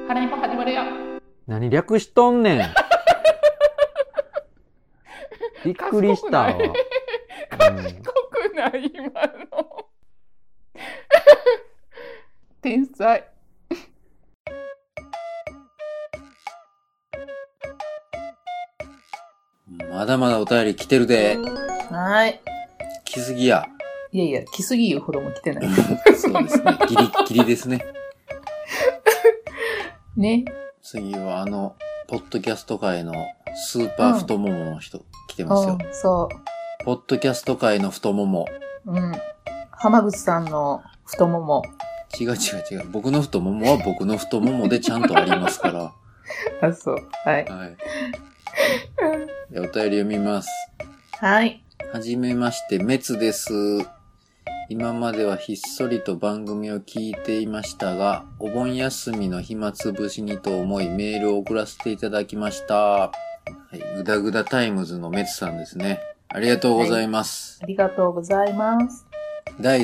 腹ニコ始まるよ。 何略しとんねん。びっくりしたわ。 賢くない今の。天才。 まだまだお便り来てるで。 はい。 来すぎや。 いやいや、来すぎ言うほども来てない。 そうですね。ギリギリですね。 ね。 次はポッドキャスト界のスーパー太ももの人、来てますよ。 そポッドキャスト界の太もも。 う。うん。浜口さんの太もも。 違う。僕の太ももは僕の太ももでちゃんとありますから。 あ、そう。はい。 はい。でお便り読みます。 はい。 はじめまして、メツです。今まではひっそりと番組を聞いていましたが、お盆休みの暇つぶしにと思いメールを送らせていただきました。はい、グダグダタイムズのメツさんですね。ありがとうございます。 ありがとうございます。 第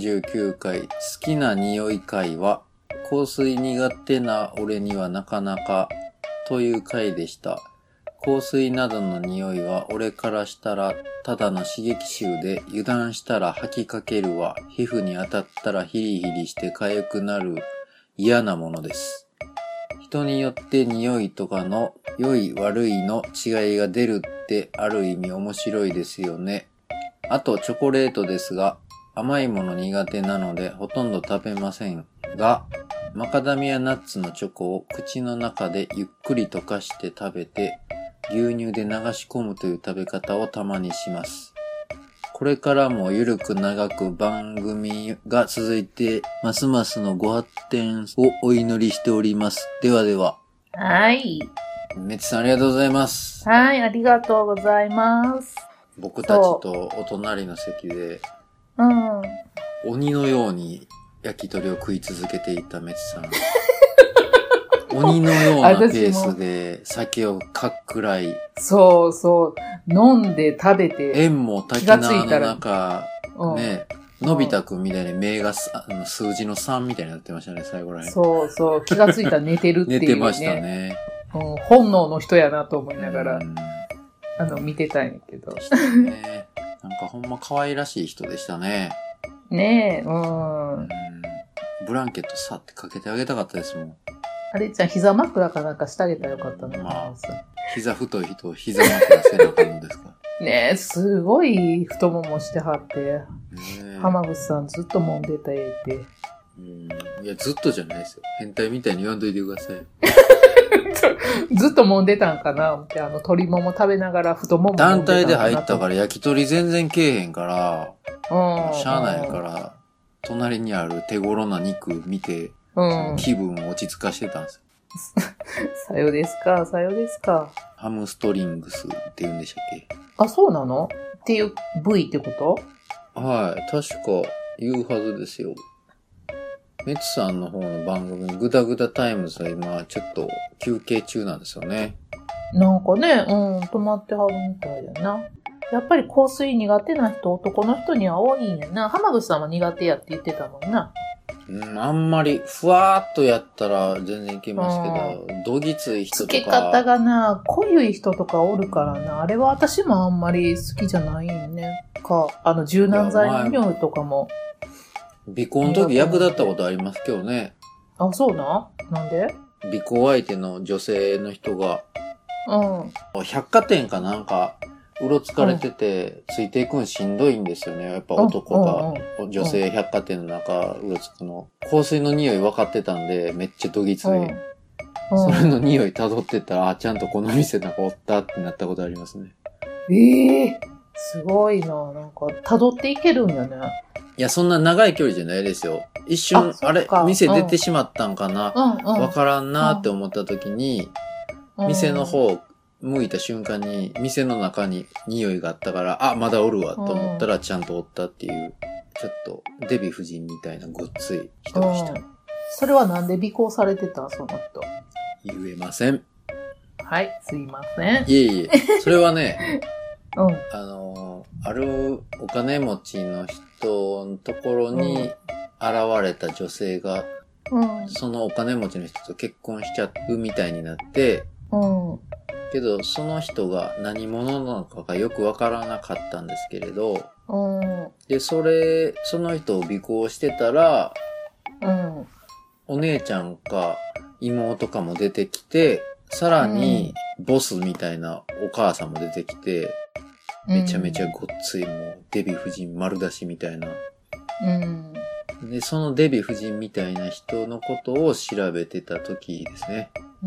39回、好きな匂い会は、香水苦手な俺にはなかなかという回でした。香水などの匂いは俺からしたらただの刺激臭で油断したら吐きかけるわ。皮膚に当たったらヒリヒリして痒くなる嫌なものです。人によって匂いとかの良い悪いの違いが出るってある意味面白いですよね。あとチョコレートですが甘いもの苦手なのでほとんど食べませんがマカダミアナッツのチョコを口の中でゆっくり溶かして食べて牛乳で流し込むという食べ方をたまにします。これからもゆるく長く番組が続いて、ますますのご発展をお祈りしております。ではでは。 はい。 メツさんありがとうございます。 はい、ありがとうございます。 僕たちとお隣の席で、 うん。 鬼のように焼き鳥を食い続けていたメツさん。鬼のようなペースで酒をかっくらい。 そうそう。飲んで食べて。 縁も滝縄の中、 うん、 ね、のび太くんみたいに目が数字の3みたいになってましたね、最後らへん。 そうそう。気がついたら寝てるっていう、ね。 寝てましたね。 うん。本能の人やなと思いながら、見てたんやけど。 ね、なんかほんま可愛らしい人でしたね。 ねえ、うん。 ブランケットさってかけてあげたかったですもん。 あれじゃん、膝枕かなんかしてあげたらよかったね。 まあ、膝太い人を膝枕せなあかんのですか。 ねえ、すごい太ももしてはって。浜口さんずっと揉んでたえって。 いや、ずっとじゃないですよ。変態みたいに言わんといてください。 ずっと揉んでたんかなって、鶏もも食べながら太もも揉んでたんかな。 団体で入ったから焼き鳥全然けえへんから、しゃあないから、隣にある手頃な肉見て、気分を落ち着かしてたんですよ。 さよですか、さよですか。 ハムストリングスって言うんでしたっけ？ あ、そうなの？っていう部位ってこと？ はい、確か言うはずですよ。メツさんの方の番組、グダグダタイムズは今ちょっと休憩中なんですよね。 なんかね、止まってはるみたいやな。やっぱり香水苦手な人、男の人には多いんやな。浜口さんは苦手やって言ってたもんな。 あんまり、ふわーっとやったら全然いけますけど、どぎつい人とか。 つけ方がな、濃ゆい人とかおるからな。あれは私もあんまり好きじゃないよね。柔軟剤の匂いとかも。 尾行の時役立ったことありますけどね。 あ、そうなんで？ 尾行相手の女性の人が、百貨店かなんか、うろつかれてて、ついていくんしんどいんですよね。やっぱ男が、女性百貨店の中、うろつくの。香水の匂い分かってたんで、めっちゃどぎつい。それの匂い辿ってったら、あ、ちゃんとこの店なんかおったってなったことありますね。 すごいな。なんか、辿っていけるんやね。 いや、そんな長い距離じゃないですよ。一瞬、あれ、店出てしまったんかな、わからんなって思った時に、店の方、向いた瞬間に、店の中に匂いがあったから、あ、まだおるわと思ったらちゃんとおったっていう、ちょっとデヴィ夫人みたいなごっつい人でした。 それはなんで尾行されてたその人。 言えません。 はい、すいません。 いえいえ、それはね、あるお金持ちの人のところに現れた女性がうん。 そのお金持ちの人と結婚しちゃうみたいになって、 うん。 けどその人が何者なのかがよくわからなかったんですけれど、 うん。 で、その人を尾行してたら、 うん。 お姉ちゃんか妹かも出てきて、さらにボスみたいなお母さんも出てきて、めちゃめちゃごっついもうデヴィ夫人丸出しみたいな。 うん。 で、そのデヴィ夫人みたいな人のことを調べてた時ですね。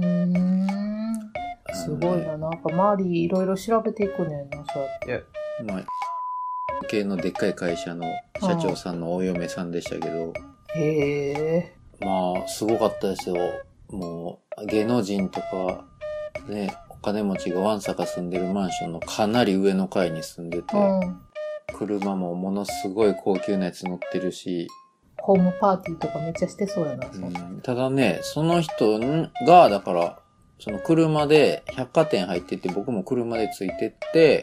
すごいな。なんか周りいろいろ調べていくねんな、そうやって。 まあ、系のでっかい会社の社長さんのお嫁さんでしたけど、 へえ。 まあ、すごかったですよ。もう、芸能人とか、ね、お金持ちがわんさか住んでるマンションのかなり上の階に住んでて、 うん。 車もものすごい高級なやつ乗ってるし、 ホームパーティーとかめっちゃしてそうやな、そんな。 ただね、その人が、だから、その車で百貨店入ってって、僕も車でついてって、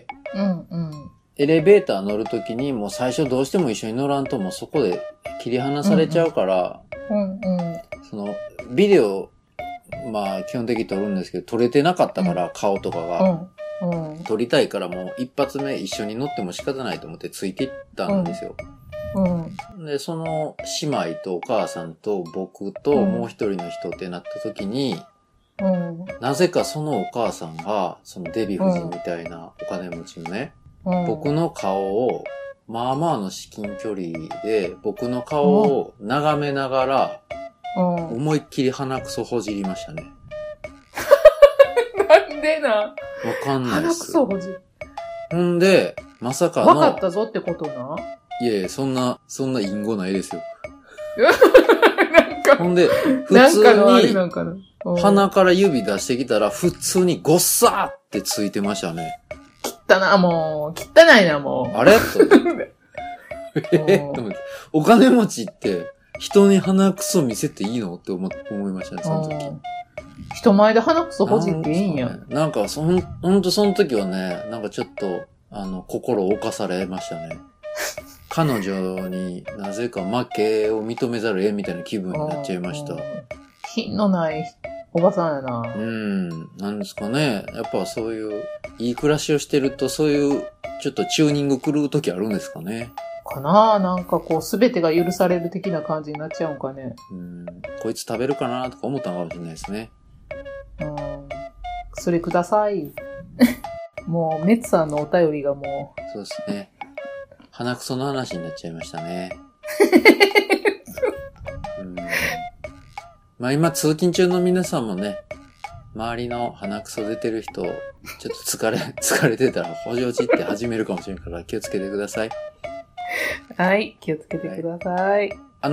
うんうん。 エレベーター乗るときにもう最初どうしても一緒に乗らんともうそこで切り離されちゃうから、 うんうん。 その、ビデオ、まあ基本的に撮るんですけど、撮れてなかったから、顔とかが。 うん。 撮りたいからもう一発目一緒に乗っても仕方ないと思ってついていったんですよ。で、その姉妹とお母さんと僕ともう一人の人ってなった時に、なぜかそのお母さんが、そのデヴィ夫人みたいなお金持ちのね、僕の顔を、まあまあの至近距離で僕の顔を眺めながら、思いっきり鼻くそほじりましたね。 なんでな。わかんないです。 鼻くそほじる。 ほんで、まさかの。 わかったぞってことな。 いやいや、そんな隠語ないですよ。 なんか、 ほんで、普通に、 鼻から指出してきたら、普通にごっさーってついてましたね。 汚な、もう。汚いな、もう。 あれと思ってお金持ちって、人に鼻くそ見せていいのって思いましたね、その時。 人前で鼻くそほじっていいんや。 なんか、ほんとその時はね、なんかちょっと、心を侵されましたね。彼女になぜか負けを認めざるを得みたいな気分になっちゃいました。 品のないおばさんやな。 なんですかね。やっぱそういう、いい暮らしをしてると、そういう、ちょっとチューニング狂う時あるんですかね。 かなぁ、なんかこう、すべてが許される的な感じになっちゃうんかね。 こいつ食べるかなとか思ったのかもしれないですね。 薬ください。もう、メツさんのお便りがもう。 そうですね。鼻くその話になっちゃいましたね。まあ今通勤中の皆さんもね、周りの鼻くそ出てる人、ちょっと疲れてたらほじほじって始めるかもしれんから気をつけてください。 はい、気をつけてください。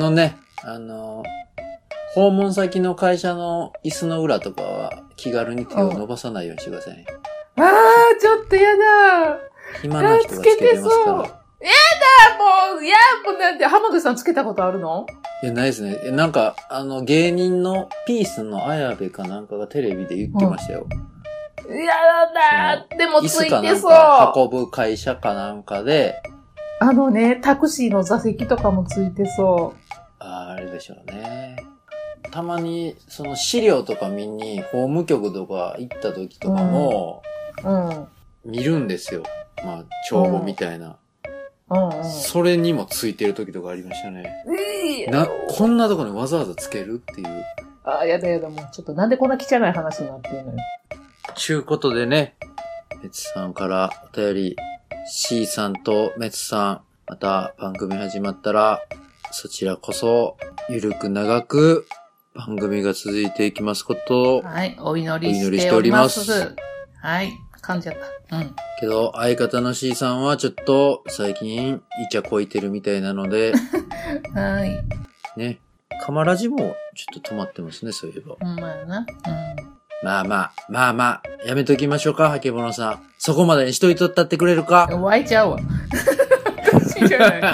訪問先の会社の椅子の裏とかは気軽に手を伸ばさないようにしてくださいね。 あー、ちょっとやだ。 暇な人がつけてますから。 やだ、もうなんで、浜口さんつけたことあるの？ いや、ないですね。なんか、芸人のピースの綾部かなんかがテレビで言ってましたよ。 やだー、でもついてそう。 椅子かなんか運ぶ会社かなんかで、 タクシーの座席とかもついてそう。 あれでしょうね。たまに、その資料とか見に、法務局とか行った時とかも、見るんですよ。まあ、帳簿みたいな。それにもついてる時とかありましたね。こんなとこにわざわざつけるっていう。 やだ、もうちょっとなんでこんな汚い話になってるのよ。 ちゅうことでね、メツさんからお便り、C さんとメツさん、また番組始まったら、そちらこそ、ゆるく長く番組が続いていきますことを、 はい、お祈りしております。はい、噛んじゃった。 けど、相方の C さんはちょっと最近イチャこいてるみたいなので、 はい。 ね、カマラジもちょっと止まってますね、そういえば。 まあな。 まあ、やめときましょうか、ハケボノさん。そこまでにしといとったってくれるか？ 湧いちゃうわ。私じゃない。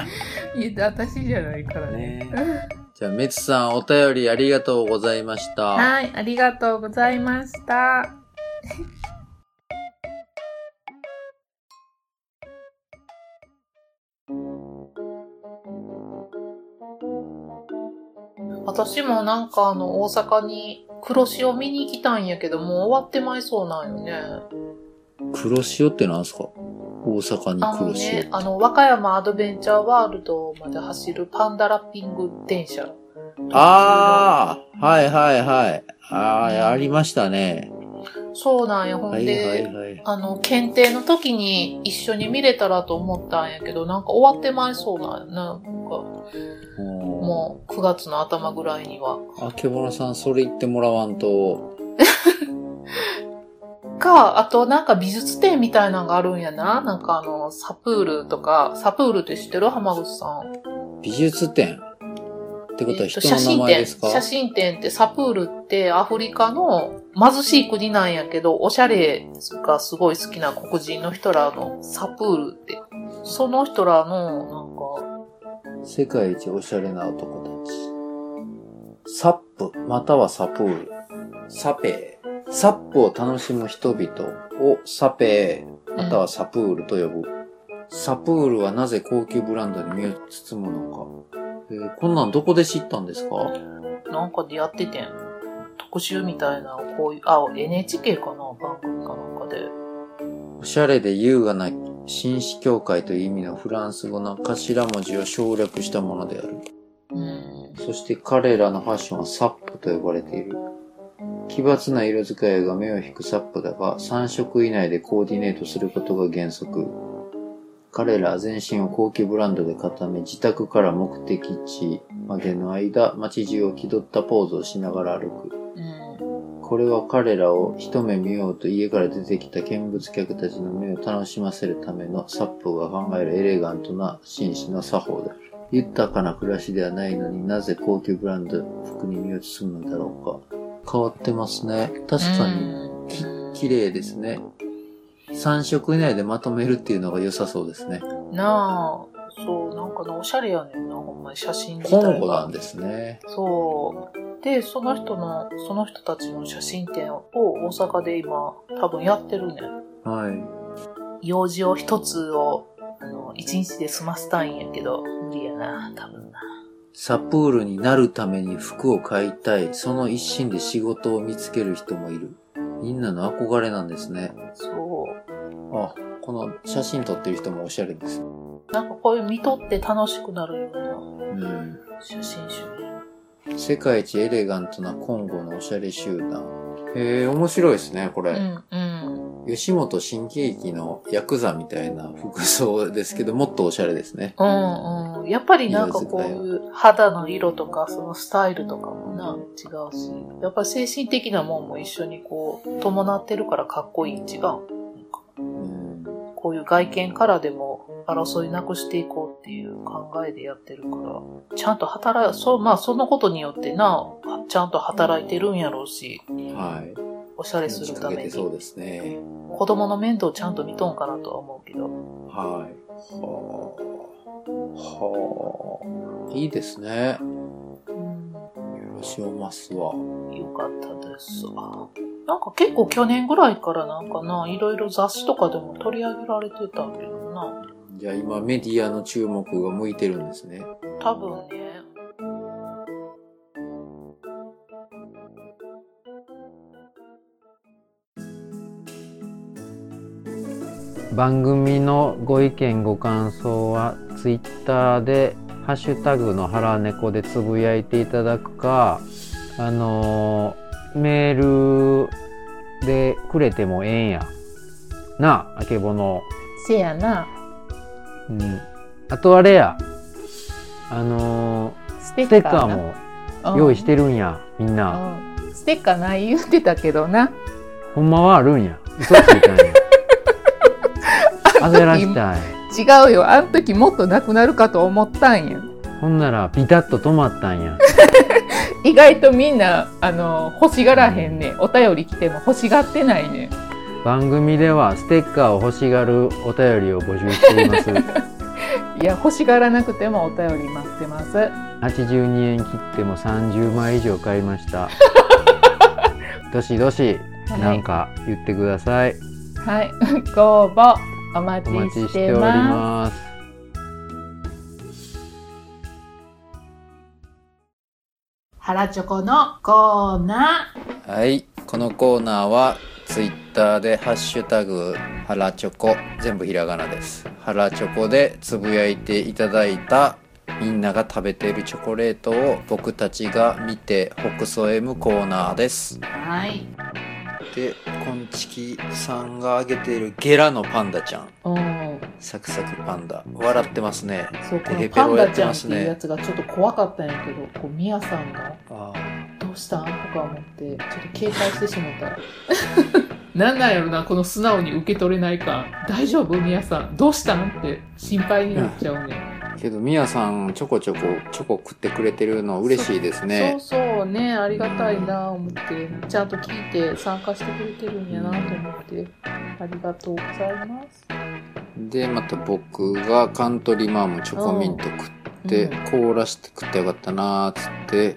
私じゃないからね。 じゃあ、メツさんお便りありがとうございました。 はい、ありがとうございました。 私もなんか大阪に黒潮見に行きたいんやけど、もう終わってまいそうなんよね。 黒潮ってなんすか？大阪に黒潮って。 和歌山アドベンチャーワールドまで走るパンダラッピング電車。 ああ、はいはいはい。ありましたね。 そうなんや。ほんで、検定の時に一緒に見れたらと思ったんやけど、なんか終わってまいそうなんや。なんか、もう9月の頭ぐらいには。 あけぼのさん、それ言ってもらわんと。 あとなんか美術展みたいなのがあるんやな。なんかサプールとか、サプールって知ってる？浜口さん。 美術展ってことは人の名前ですか？ 写真展ってサプールってアフリカの貧しい国なんやけど、おしゃれがすごい好きな黒人の人らのサプールって、その人らのなんか、 世界一おしゃれな男たち。サップ、またはサプール。サペー。サップを楽しむ人々をサペー、またはサプールと呼ぶ。サプールはなぜ高級ブランドに身を包むのか。こんなんどこで知ったんですか？ なんかでやっててん。特集みたいな、こういう、NHK かな、番組かなんかで。 おしゃれで優雅な紳士協会という意味のフランス語の頭文字を省略したものである。そして彼らのファッションはサップと呼ばれている。奇抜な色使いが目を引くサップだが、3色以内でコーディネートすることが原則。彼らは全身を高級ブランドで固め、自宅から目的地までの間、街中を気取ったポーズをしながら歩く。これは彼らを一目見ようと家から出てきた見物客たちの目を楽しませるためのサップが考えるエレガントな紳士の作法である。豊かな暮らしではないのになぜ高級ブランド服に身を包むのだろうか。変わってますね。確かに綺麗ですね。3色以内でまとめるっていうのが良さそうですね。 なあ、そう、なんかおしゃれやねんな、ほんまに写真自体が。 コンゴなんですね。 そう。で、その人たちの写真展を大阪で今、多分やってるねん。 はい。 用事を一つを、一日で済ませたいんやけど、無理やな、多分な。 サプールになるために服を買いたい。その一心で仕事を見つける人もいる。みんなの憧れなんですね。 そう。 あ、この写真撮ってる人もおしゃれです。 なんかこういう見とって楽しくなるような写真集。 世界一エレガントなコンゴのおしゃれ集団。面白いですね、これ。吉本新喜劇のヤクザみたいな服装ですけど、もっとおしゃれですね。 やっぱりなんかこういう肌の色とか、そのスタイルとかもな、違うし。やっぱり精神的なもんも一緒にこう、伴ってるからかっこいい。違う。こういう外見からでも争いなくしていこうっていう考えでやってるから、ちゃんとそのことによってな、ちゃんと働いてるんやろうし。はい。おしゃれするために。 そうですね。 子供の面倒ちゃんと見とんかなとは思うけど。 はい。いいですね。よろしおますわ。 よかったですわ。なんか結構去年ぐらいからなんかな、いろいろ雑誌とかでも取り上げられてたけどな。 じゃあ今メディアの注目が向いてるんですね。 多分ね。 番組のご意見ご感想はツイッターでハッシュタグの腹猫でつぶやいていただくか、メールでくれてもええんやなあ、あけぼの。 せやな。 あとあれや、ステッカーも用意してるんや、みんな。 ステッカーない言ってたけどな。 ほんまはあるんや。嘘ついたんや。焦らしたい。 違うよ。あの時もっとなくなるかと思ったんや。 ほんならピタッと止まったんや。 意外とみんな欲しがらへんね。お便り来ても欲しがってないね。 番組ではステッカーを欲しがるお便りを募集しています。 いや、欲しがらなくてもお便り待ってます。 82円切っても30枚以上買いました。どしどしなんか言ってください。 はい、ご応募お待ちしております。 腹チョコのコーナー。はい。このコーナーは、ツイッターでハッシュタグ、腹チョコ、全部ひらがなです。腹チョコでつぶやいていただいた、みんなが食べているチョコレートを僕たちが見て北斎むコーナーです。 はい。 で、こんちきさんがあげているゲラのパンダちゃん。サクサクパンダ。笑ってますね。 そう、このパンダちゃんっていうやつがちょっと怖かったんやけど、こう、ミヤさんが、どうしたんとか思って、ちょっと警戒してしもた。なんなんやろな、この素直に受け取れない感。大丈夫ミヤさん。どうしたんって心配になっちゃうね。 けど、ミヤさん、ちょこちょこ、チョコ食ってくれてるの嬉しいですね。 そうそうね、ありがたいな思って、ちゃんと聞いて参加してくれてるんやなと思って、ありがとうございます。 で、また僕がカントリーマームチョコミント食って、凍らして食ってよかったなーつって。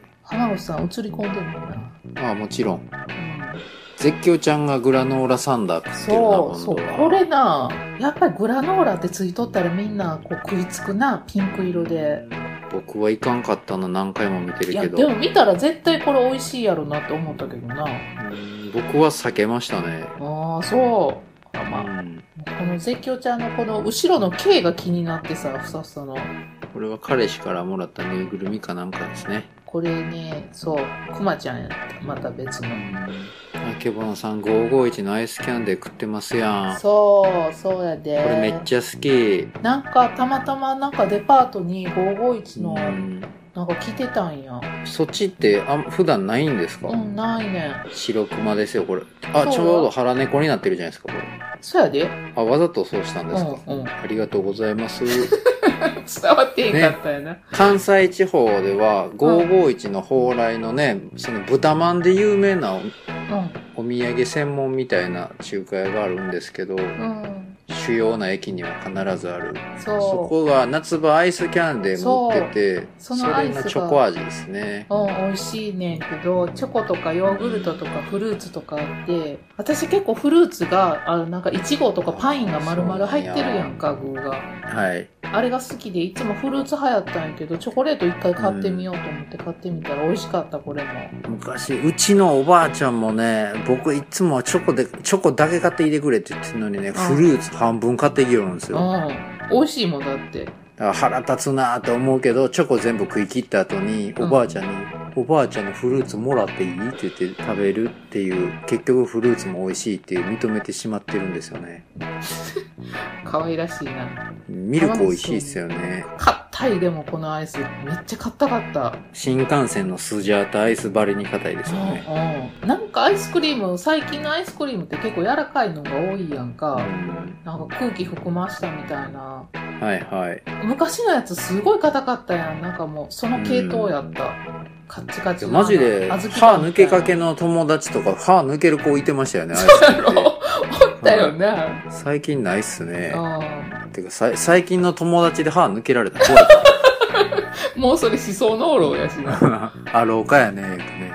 浜口さん映り込んでるもんな。 ああ、もちろん。絶叫ちゃんがグラノーラサンダー食ってるな、 そう、これな、やっぱりグラノーラってついとったらみんなこう食いつくな、ピンク色で。 僕はいかんかったの何回も見てるけど。いや、 でも見たら絶対これ美味しいやろなって思ったけどな。 僕は避けましたね。 ああ、そう。まあ、この絶叫ちゃんのこの後ろの毛が気になってさ、ふさふさの。 これは彼氏からもらったぬいぐるみかなんかですね。 これね、そう、くまちゃんやった。また別の。 あけぼのさん551のアイスキャンデー食ってますやん。 そうやで。 これめっちゃ好き。 なんかたまたまなんかデパートに551のなんか着てたんや。 そっちって普段ないんですか？ ないね。 白熊ですよこれ。ちょうど腹猫になってるじゃないですかこれ。 そうやで。 わざとそうしたんですか？ありがとうございます。 伝わってへんかったよな、ね。 関西地方では551の蓬莱のね、その豚まんで有名なお土産専門みたいな中華屋があるんですけど、主要な駅には必ずある。そこが夏場アイスキャンデー持ってて、それのチョコ味ですね。 美味しいねんけど、チョコとかヨーグルトとかフルーツとかあって、私結構フルーツが、なんかイチゴとかパインが丸々入ってるやんか、具が。 はい。 あれが好きで、いつもフルーツ流行ったんやけど、チョコレート一回買ってみようと思って買ってみたら美味しかった、これも。 昔、うちのおばあちゃんもね、僕いつもチョコだけ買ってきてくれって言ってるのにね、フルーツ半分買ってきよるんですよ。 美味しいもんだって。だから腹立つなーって思うけど、チョコ全部食い切った後に、おばあちゃんに、おばあちゃんのフルーツもらっていいって言って食べるっていう、結局フルーツも美味しいっていう認めてしまってるんですよね。 可愛らしいな。 ミルク美味しいっすよね。 硬いでもこのアイス、めっちゃ硬かった。 新幹線のスジャータアイス張りに硬いですよね。 なんかアイスクリーム、最近のアイスクリームって結構柔らかいのが多いやんか。なんか空気含ましたみたいな。 はいはい。 昔のやつすごい硬かったやん。なんかもうその系統やった。カッチカチマジで、歯抜けかけの友達とか、歯抜ける子いてましたよね、 そうやろ。おったよね。 最近ないっすね。てか、最近の友達で歯抜けられたら怖い。 もうそれ思想濃漏やしな。 あ、廊下やね、